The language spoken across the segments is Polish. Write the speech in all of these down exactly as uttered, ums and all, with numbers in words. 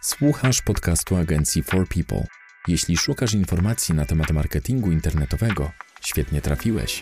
Słuchasz podcastu agencji For People. Jeśli szukasz informacji na temat marketingu internetowego, świetnie trafiłeś.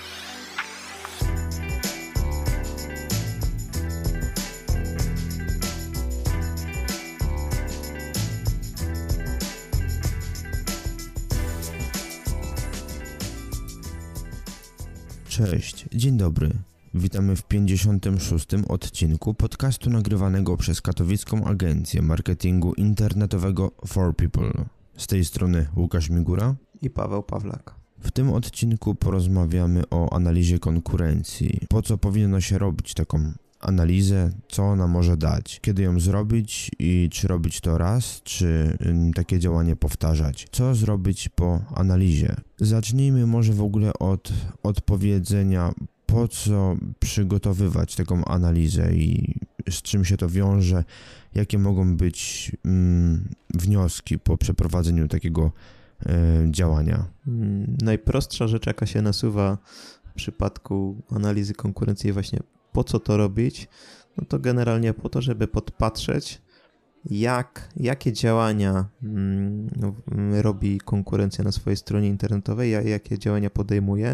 Cześć, dzień dobry. Witamy w pięćdziesiątym szóstym odcinku podcastu nagrywanego przez katowicką agencję marketingu internetowego For People. Z tej strony Łukasz Migura i Paweł Pawlak. W tym odcinku porozmawiamy o analizie konkurencji. Po co powinno się robić taką analizę, co ona może dać, kiedy ją zrobić i czy robić to raz, czy takie działanie powtarzać. Co zrobić po analizie? Zacznijmy może w ogóle od odpowiedzenia, po co przygotowywać taką analizę i z czym się to wiąże, jakie mogą być mm, wnioski po przeprowadzeniu takiego y, działania. Najprostsza rzecz, jaka się nasuwa w przypadku analizy konkurencji, właśnie po co to robić, no to generalnie po to, żeby podpatrzeć, jak, jakie działania mm, robi konkurencja na swojej stronie internetowej, jakie działania podejmuje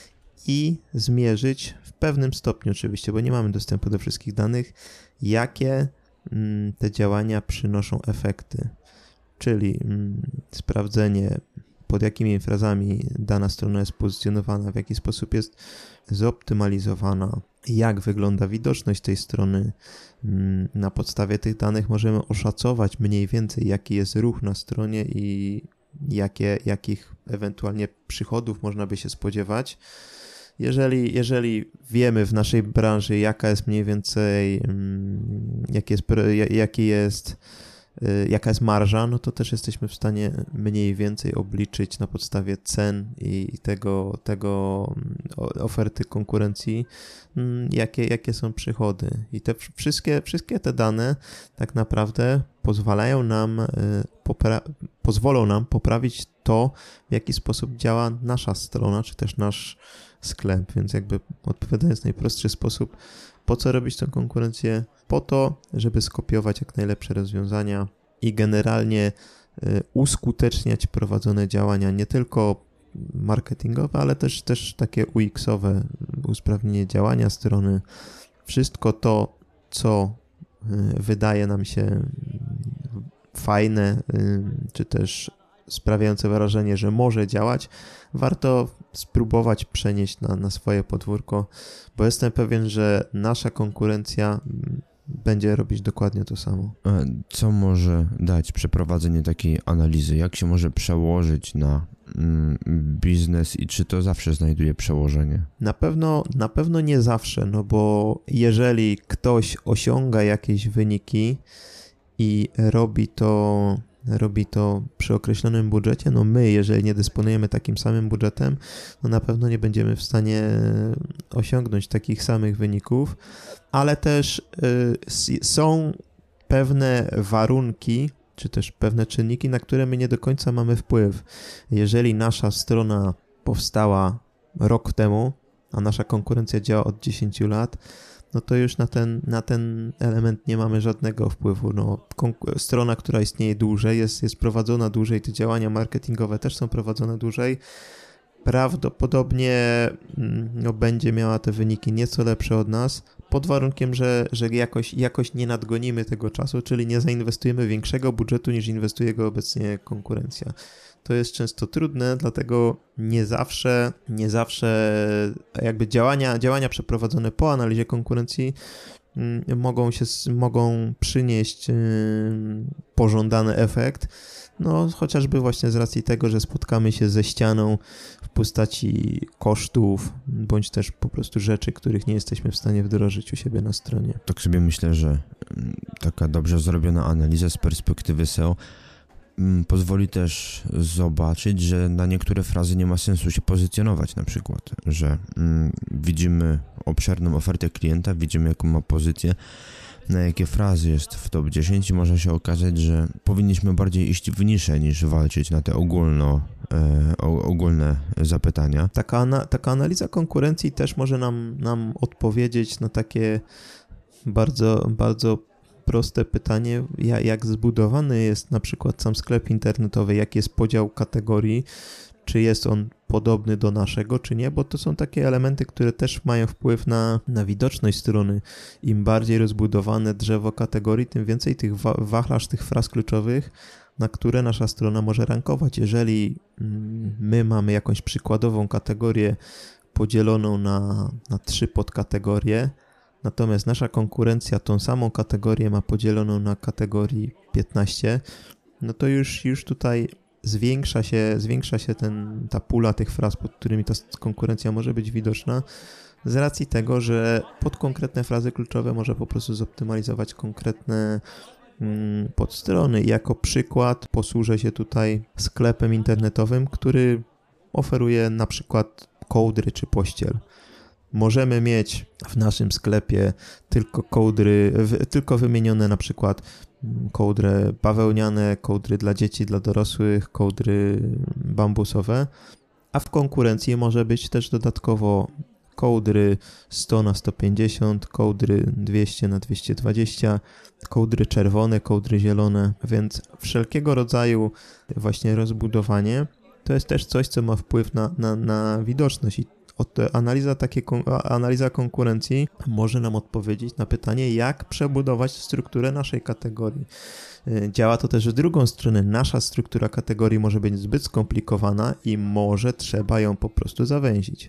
i zmierzyć w pewnym stopniu oczywiście, bo nie mamy dostępu do wszystkich danych, jakie mm, te działania przynoszą efekty, czyli mm, sprawdzenie, pod jakimi frazami dana strona jest pozycjonowana, w jaki sposób jest zoptymalizowana, jak wygląda widoczność tej strony. Na podstawie tych danych możemy oszacować mniej więcej, jaki jest ruch na stronie i jakie, jakich ewentualnie przychodów można by się spodziewać. Jeżeli, jeżeli wiemy w naszej branży, jaka jest mniej więcej, jaki jest, jaki jest jaka jest marża, no to też jesteśmy w stanie mniej więcej obliczyć na podstawie cen i tego, tego oferty konkurencji, jakie, jakie są przychody. I te wszystkie, wszystkie te dane tak naprawdę pozwalają nam, popra- pozwolą nam poprawić to, w jaki sposób działa nasza strona, czy też nasz sklep. Więc jakby odpowiadając w najprostszy sposób, po co robić tę konkurencję? Po to, żeby skopiować jak najlepsze rozwiązania i generalnie uskuteczniać prowadzone działania, nie tylko marketingowe, ale też, też takie U X-owe, usprawnienie działania strony. Wszystko to, co wydaje nam się fajne, czy też sprawiające wrażenie, że może działać, warto spróbować przenieść na, na swoje podwórko, bo jestem pewien, że nasza konkurencja będzie robić dokładnie to samo. Co może dać przeprowadzenie takiej analizy? Jak się może przełożyć na mm, biznes i czy to zawsze znajduje przełożenie? Na pewno, na pewno nie zawsze, no bo jeżeli ktoś osiąga jakieś wyniki i robi to robi to przy określonym budżecie, no my, jeżeli nie dysponujemy takim samym budżetem, no na pewno nie będziemy w stanie osiągnąć takich samych wyników, ale też y, są pewne warunki, czy też pewne czynniki, na które my nie do końca mamy wpływ. Jeżeli nasza strona powstała rok temu, a nasza konkurencja działa od dziesięciu lat, no to już na ten, na ten element nie mamy żadnego wpływu. No, konk- strona, która istnieje dłużej, jest, jest prowadzona dłużej, te działania marketingowe też są prowadzone dłużej, prawdopodobnie no, będzie miała te wyniki nieco lepsze od nas, pod warunkiem, że, że jakoś, jakoś nie nadgonimy tego czasu, czyli nie zainwestujemy większego budżetu niż inwestuje go obecnie konkurencja. To jest często trudne, dlatego nie zawsze, nie zawsze jakby działania, działania przeprowadzone po analizie konkurencji y, mogą się, mogą przynieść y, pożądany efekt, no chociażby właśnie z racji tego, że spotkamy się ze ścianą w postaci kosztów, bądź też po prostu rzeczy, których nie jesteśmy w stanie wdrożyć u siebie na stronie. Tak sobie myślę, że taka dobrze zrobiona analiza z perspektywy S E O pozwoli też zobaczyć, że na niektóre frazy nie ma sensu się pozycjonować na przykład, że mm, widzimy obszerną ofertę klienta, widzimy jaką ma pozycję, na jakie frazy jest w top dziesięć i może się okazać, że powinniśmy bardziej iść w niszę niż walczyć na te ogólno, e, ogólne zapytania. Taka, ana- taka analiza konkurencji też może nam, nam odpowiedzieć na takie bardzo, bardzo proste pytanie, jak zbudowany jest na przykład sam sklep internetowy, jaki jest podział kategorii, czy jest on podobny do naszego, czy nie, bo to są takie elementy, które też mają wpływ na, na widoczność strony. Im bardziej rozbudowane drzewo kategorii, tym więcej tych wa- wachlarz, tych fraz kluczowych, na które nasza strona może rankować. Jeżeli my mamy jakąś przykładową kategorię podzieloną na, na trzy podkategorie, natomiast nasza konkurencja tą samą kategorię ma podzieloną na kategorii piętnaście, no to już, już tutaj zwiększa się, zwiększa się ten, ta pula tych fraz, pod którymi ta konkurencja może być widoczna, z racji tego, że pod konkretne frazy kluczowe może po prostu zoptymalizować konkretne mm, podstrony. I jako przykład posłużę się tutaj sklepem internetowym, który oferuje na przykład kołdry czy pościel. Możemy mieć w naszym sklepie tylko kołdry, tylko wymienione na przykład kołdry bawełniane, kołdry dla dzieci, dla dorosłych, kołdry bambusowe, a w konkurencji może być też dodatkowo kołdry sto na sto pięćdziesiąt, kołdry dwieście na dwieście dwadzieścia, kołdry czerwone, kołdry zielone, więc wszelkiego rodzaju właśnie rozbudowanie to jest też coś, co ma wpływ na, na, na widoczność i Analiza, takie, analiza konkurencji może nam odpowiedzieć na pytanie, jak przebudować strukturę naszej kategorii. Działa to też w drugą stronę. Nasza struktura kategorii może być zbyt skomplikowana i może trzeba ją po prostu zawęzić.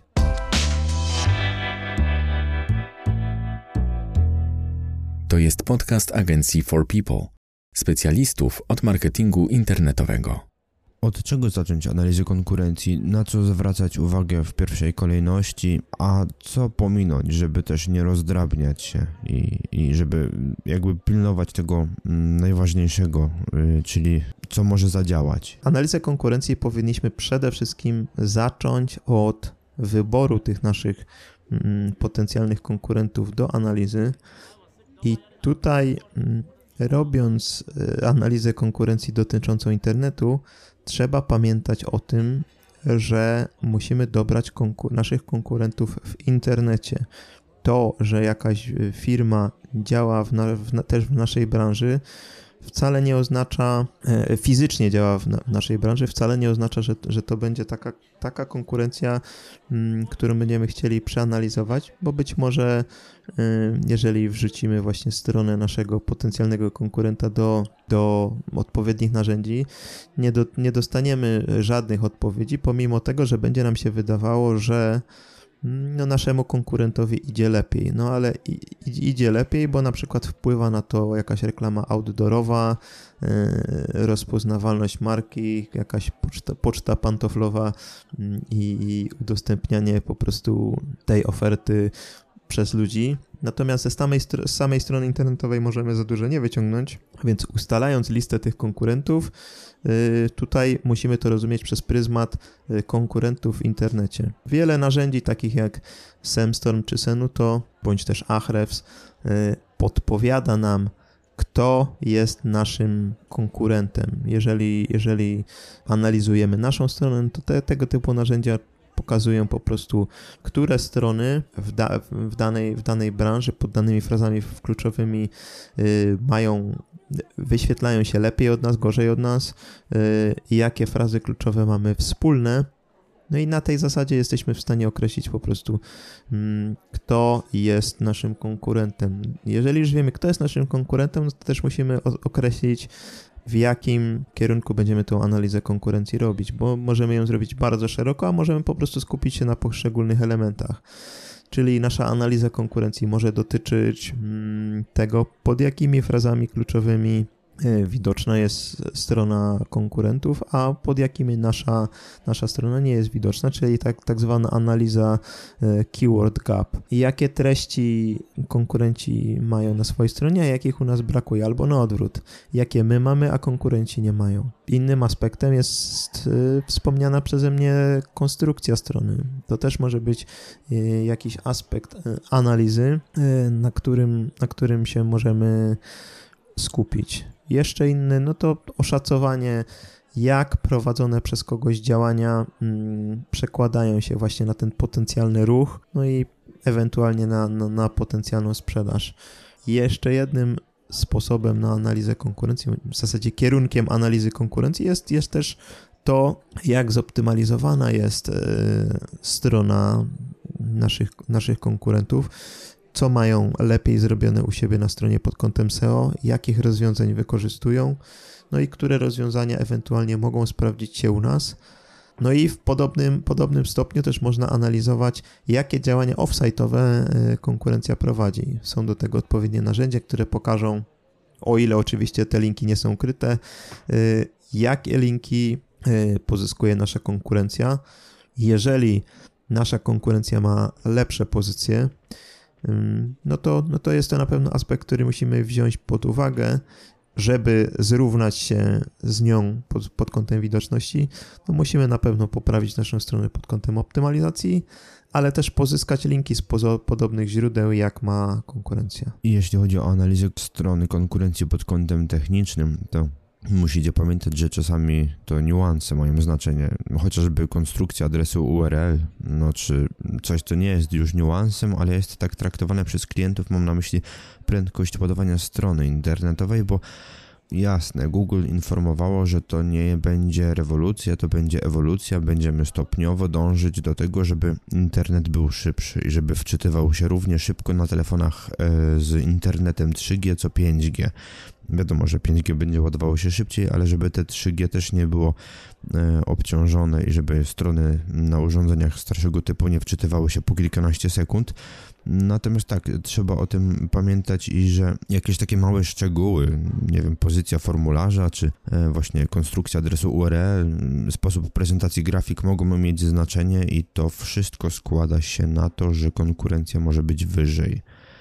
To jest podcast agencji For People, specjalistów od marketingu internetowego. Od czego zacząć analizę konkurencji, na co zwracać uwagę w pierwszej kolejności, a co pominąć, żeby też nie rozdrabniać się i, i żeby jakby pilnować tego najważniejszego, yy, czyli co może zadziałać. Analizę konkurencji powinniśmy przede wszystkim zacząć od wyboru tych naszych mm, potencjalnych konkurentów do analizy i tutaj mm, robiąc y, analizę konkurencji dotyczącą internetu, trzeba pamiętać o tym, że musimy dobrać konkur- naszych konkurentów w internecie. To, że jakaś firma działa w na- w na- też w naszej branży, wcale nie oznacza, e, fizycznie działa w, na- w naszej branży, wcale nie oznacza, że, że to będzie taka, taka konkurencja, m, którą będziemy chcieli przeanalizować, bo być może e, jeżeli wrzucimy właśnie stronę naszego potencjalnego konkurenta do, do odpowiednich narzędzi, nie, do, nie dostaniemy żadnych odpowiedzi, pomimo tego, że będzie nam się wydawało, że no naszemu konkurentowi idzie lepiej, no ale i, idzie lepiej, bo na przykład wpływa na to jakaś reklama outdoorowa, yy, rozpoznawalność marki, jakaś poczta, poczta pantoflowa yy, i udostępnianie po prostu tej oferty przez ludzi. Natomiast ze samej, z samej strony internetowej możemy za dużo nie wyciągnąć, więc ustalając listę tych konkurentów, yy, tutaj musimy to rozumieć przez pryzmat yy, konkurentów w internecie. Wiele narzędzi takich jak Semstorm czy Senuto, bądź też Ahrefs yy, podpowiada nam, kto jest naszym konkurentem. Jeżeli, jeżeli analizujemy naszą stronę, to te, tego typu narzędzia pokazują po prostu, które strony w, da, w, danej, w danej branży pod danymi frazami kluczowymi y, mają, wyświetlają się lepiej od nas, gorzej od nas y, i jakie frazy kluczowe mamy wspólne. No i na tej zasadzie jesteśmy w stanie określić po prostu, mm, kto jest naszym konkurentem. Jeżeli już wiemy, kto jest naszym konkurentem, no to też musimy o- określić, w jakim kierunku będziemy tą analizę konkurencji robić, bo możemy ją zrobić bardzo szeroko, a możemy po prostu skupić się na poszczególnych elementach. Czyli nasza analiza konkurencji może dotyczyć mm, tego, pod jakimi frazami kluczowymi widoczna jest strona konkurentów, a pod jakimi nasza, nasza strona nie jest widoczna, czyli tak, tak zwana analiza keyword gap. Jakie treści konkurenci mają na swojej stronie, a jakich u nas brakuje, albo na odwrót. Jakie my mamy, a konkurenci nie mają. Innym aspektem jest wspomniana przeze mnie konstrukcja strony. To też może być jakiś aspekt analizy, na którym, na którym się możemy skupić. Jeszcze inny, no to oszacowanie, jak prowadzone przez kogoś działania mm, przekładają się właśnie na ten potencjalny ruch, no i ewentualnie na, na, na potencjalną sprzedaż. Jeszcze jednym sposobem na analizę konkurencji, w zasadzie kierunkiem analizy konkurencji jest, jest też to, jak zoptymalizowana jest strona naszych, naszych konkurentów, co mają lepiej zrobione u siebie na stronie pod kątem S E O, jakich rozwiązań wykorzystują, no i które rozwiązania ewentualnie mogą sprawdzić się u nas. No i w podobnym, podobnym stopniu też można analizować, jakie działania off-site'owe konkurencja prowadzi. Są do tego odpowiednie narzędzia, które pokażą, o ile oczywiście te linki nie są ukryte, jakie linki pozyskuje nasza konkurencja. Jeżeli nasza konkurencja ma lepsze pozycje, no to, no to jest to na pewno aspekt, który musimy wziąć pod uwagę, żeby zrównać się z nią pod, pod kątem widoczności. No musimy na pewno poprawić naszą stronę pod kątem optymalizacji, ale też pozyskać linki z pozo- podobnych źródeł, jak ma konkurencja. I jeśli chodzi o analizę strony konkurencji pod kątem technicznym, to musicie pamiętać, że czasami to niuanse mają znaczenie, chociażby konstrukcja adresu U R L, no czy coś, co nie jest już niuansem, ale jest tak traktowane przez klientów, mam na myśli prędkość ładowania strony internetowej, bo jasne, Google informowało, że to nie będzie rewolucja, to będzie ewolucja, będziemy stopniowo dążyć do tego, żeby internet był szybszy i żeby wczytywał się równie szybko na telefonach z internetem trzy G co pięć G. Wiadomo, że pięć G będzie ładowało się szybciej, ale żeby te trzy G też nie było e, obciążone i żeby strony na urządzeniach starszego typu nie wczytywały się po kilkanaście sekund. Natomiast tak, trzeba o tym pamiętać i że jakieś takie małe szczegóły, nie wiem, pozycja formularza, czy e, właśnie konstrukcja adresu U R L, sposób prezentacji grafik mogą mieć znaczenie i to wszystko składa się na to, że konkurencja może być wyżej.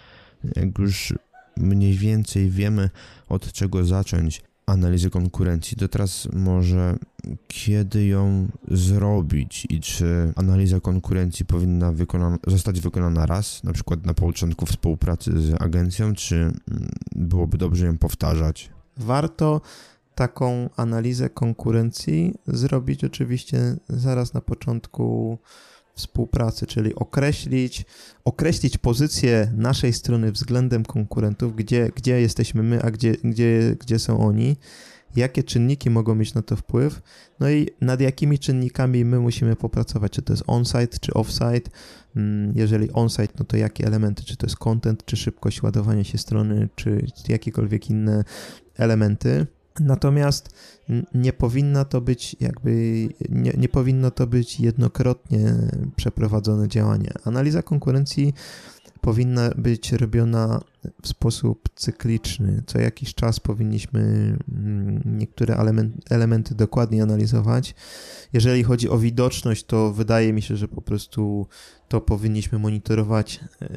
Jak już mniej więcej wiemy, od czego zacząć analizę konkurencji, to teraz może kiedy ją zrobić i czy analiza konkurencji powinna wykona- zostać wykonana raz, na przykład na początku współpracy z agencją, czy byłoby dobrze ją powtarzać? Warto taką analizę konkurencji zrobić oczywiście zaraz na początku współpracy, czyli określić, określić pozycję naszej strony względem konkurentów, gdzie, gdzie jesteśmy my, a gdzie, gdzie, gdzie są oni, jakie czynniki mogą mieć na to wpływ, no i nad jakimi czynnikami my musimy popracować, czy to jest on-site, czy off-site. Jeżeli on-site, no to jakie elementy, czy to jest content, czy szybkość ładowania się strony, czy jakiekolwiek inne elementy. Natomiast nie powinno to być jakby, nie, nie powinno to być jednokrotnie przeprowadzone działanie. Analiza konkurencji powinna być robiona w sposób cykliczny. Co jakiś czas powinniśmy niektóre elementy dokładnie analizować. Jeżeli chodzi o widoczność, to wydaje mi się, że po prostu to powinniśmy monitorować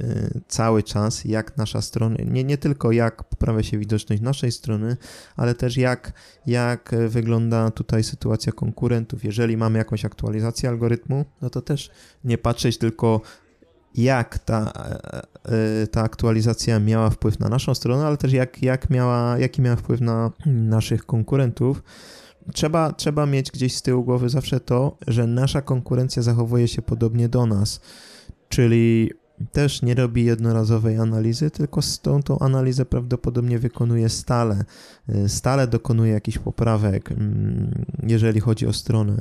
cały czas, jak nasza strona, nie, nie tylko jak poprawia się widoczność naszej strony, ale też jak, jak wygląda tutaj sytuacja konkurentów. Jeżeli mamy jakąś aktualizację algorytmu, no to też nie patrzeć tylko jak ta, ta aktualizacja miała wpływ na naszą stronę, ale też jak, jak miała, jaki miała wpływ na naszych konkurentów. Trzeba, trzeba mieć gdzieś z tyłu głowy zawsze to, że nasza konkurencja zachowuje się podobnie do nas, czyli też nie robi jednorazowej analizy, tylko z tą, tą analizę prawdopodobnie wykonuje stale. Stale dokonuje jakichś poprawek, jeżeli chodzi o stronę.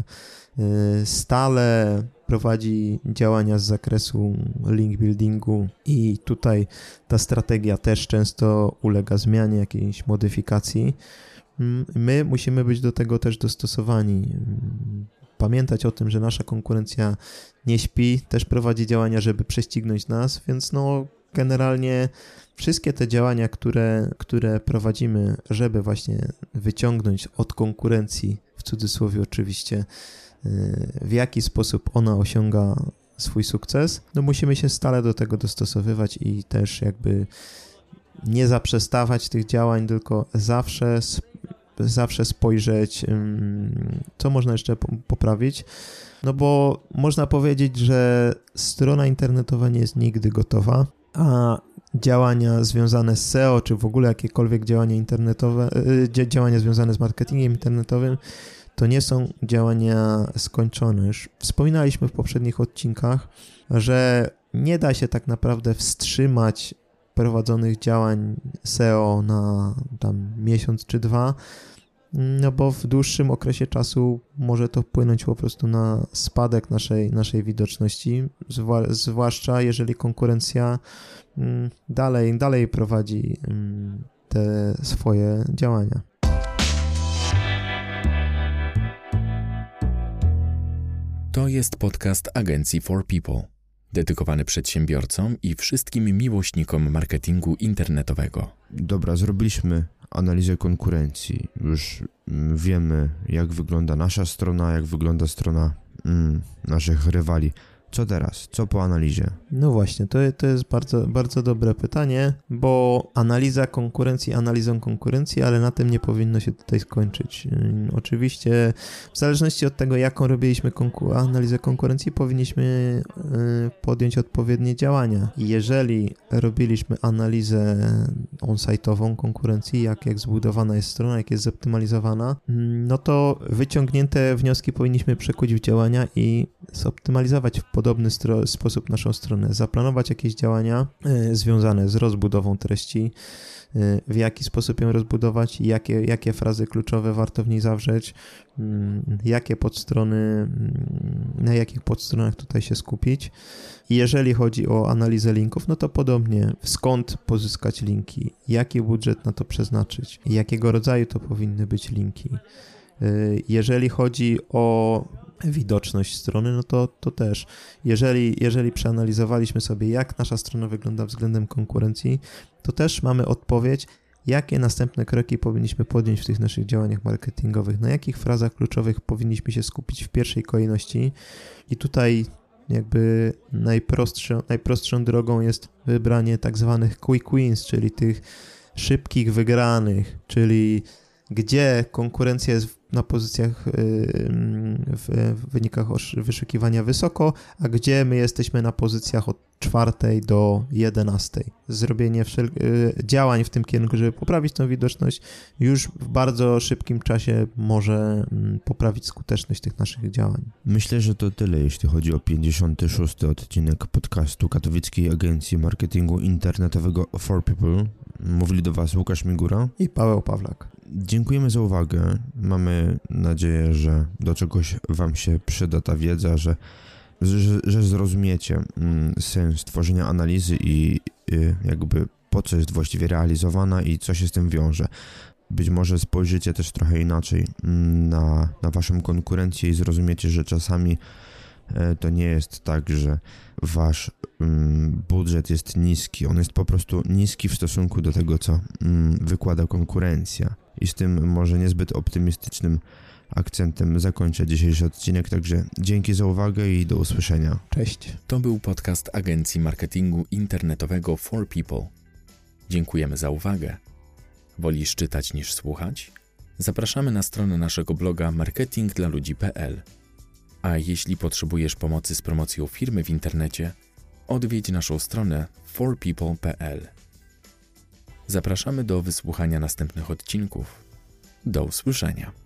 Stale prowadzi działania z zakresu link buildingu i tutaj ta strategia też często ulega zmianie, jakiejś modyfikacji. My musimy być do tego też dostosowani. Pamiętać o tym, że nasza konkurencja nie śpi, też prowadzi działania, żeby prześcignąć nas, więc no generalnie wszystkie te działania, które, które prowadzimy, żeby właśnie wyciągnąć od konkurencji, w cudzysłowie oczywiście, w jaki sposób ona osiąga swój sukces, no musimy się stale do tego dostosowywać i też jakby nie zaprzestawać tych działań, tylko zawsze, zawsze spojrzeć, co można jeszcze poprawić, no bo można powiedzieć, że strona internetowa nie jest nigdy gotowa, a działania związane z S E O, czy w ogóle jakiekolwiek działania internetowe, działania związane z marketingiem internetowym, to nie są działania skończone. Już wspominaliśmy w poprzednich odcinkach, że nie da się tak naprawdę wstrzymać prowadzonych działań S E O na tam miesiąc czy dwa, no bo w dłuższym okresie czasu może to wpłynąć po prostu na spadek naszej, naszej widoczności, zwłaszcza jeżeli konkurencja dalej, dalej prowadzi te swoje działania. To jest podcast agencji for people, dedykowany przedsiębiorcom i wszystkim miłośnikom marketingu internetowego. Dobra, zrobiliśmy analizę konkurencji. Już wiemy, jak wygląda nasza strona, jak wygląda strona mm, naszych rywali. Co teraz? Co po analizie? No właśnie, to, to jest bardzo, bardzo dobre pytanie, bo analiza konkurencji analizą konkurencji, ale na tym nie powinno się tutaj skończyć. Oczywiście w zależności od tego, jaką robiliśmy konkur- analizę konkurencji, powinniśmy podjąć odpowiednie działania. Jeżeli robiliśmy analizę on-site'ową konkurencji, jak, jak zbudowana jest strona, jak jest zoptymalizowana, no to wyciągnięte wnioski powinniśmy przekuć w działania i zoptymalizować w podobny stro- sposób naszą stronę, zaplanować jakieś działania y, związane z rozbudową treści, y, w jaki sposób ją rozbudować, jakie, jakie frazy kluczowe warto w niej zawrzeć, y, jakie podstrony, y, na jakich podstronach tutaj się skupić. I jeżeli chodzi o analizę linków, no to podobnie, skąd pozyskać linki, jaki budżet na to przeznaczyć, jakiego rodzaju to powinny być linki. Y, jeżeli chodzi o widoczność strony, no to, to też. Jeżeli, jeżeli przeanalizowaliśmy sobie, jak nasza strona wygląda względem konkurencji, to też mamy odpowiedź, jakie następne kroki powinniśmy podjąć w tych naszych działaniach marketingowych, na jakich frazach kluczowych powinniśmy się skupić w pierwszej kolejności. I tutaj jakby najprostszą, najprostszą drogą jest wybranie tak zwanych quick wins, czyli tych szybkich wygranych, czyli gdzie konkurencja jest na pozycjach w wynikach wyszukiwania wysoko, a gdzie my jesteśmy na pozycjach od czwartej do jedenastej. Zrobienie wszel- działań w tym kierunku, żeby poprawić tą widoczność, już w bardzo szybkim czasie może poprawić skuteczność tych naszych działań. Myślę, że to tyle, jeśli chodzi o pięćdziesiąty szósty odcinek podcastu Katowickiej Agencji Marketingu Internetowego for People. Mówili do Was Łukasz Migura i Paweł Pawlak. Dziękujemy za uwagę. Mamy nadzieję, że do czegoś Wam się przyda ta wiedza, że, że, że zrozumiecie mm, sens tworzenia analizy i y, jakby po co jest właściwie realizowana i co się z tym wiąże. Być może spojrzycie też trochę inaczej mm, na, na Waszą konkurencję i zrozumiecie, że czasami y, to nie jest tak, że Wasz mm, budżet jest niski. On jest po prostu niski w stosunku do tego, co mm, wykłada konkurencja. I z tym może niezbyt optymistycznym akcentem zakończę dzisiejszy odcinek, także dzięki za uwagę i do usłyszenia. Cześć. To był podcast agencji marketingu internetowego for people. Dziękujemy za uwagę. Wolisz czytać niż słuchać? Zapraszamy na stronę naszego bloga marketing dla ludzi kropka p l. A jeśli potrzebujesz pomocy z promocją firmy w internecie, odwiedź naszą stronę for people kropka p l. Zapraszamy do wysłuchania następnych odcinków. Do usłyszenia.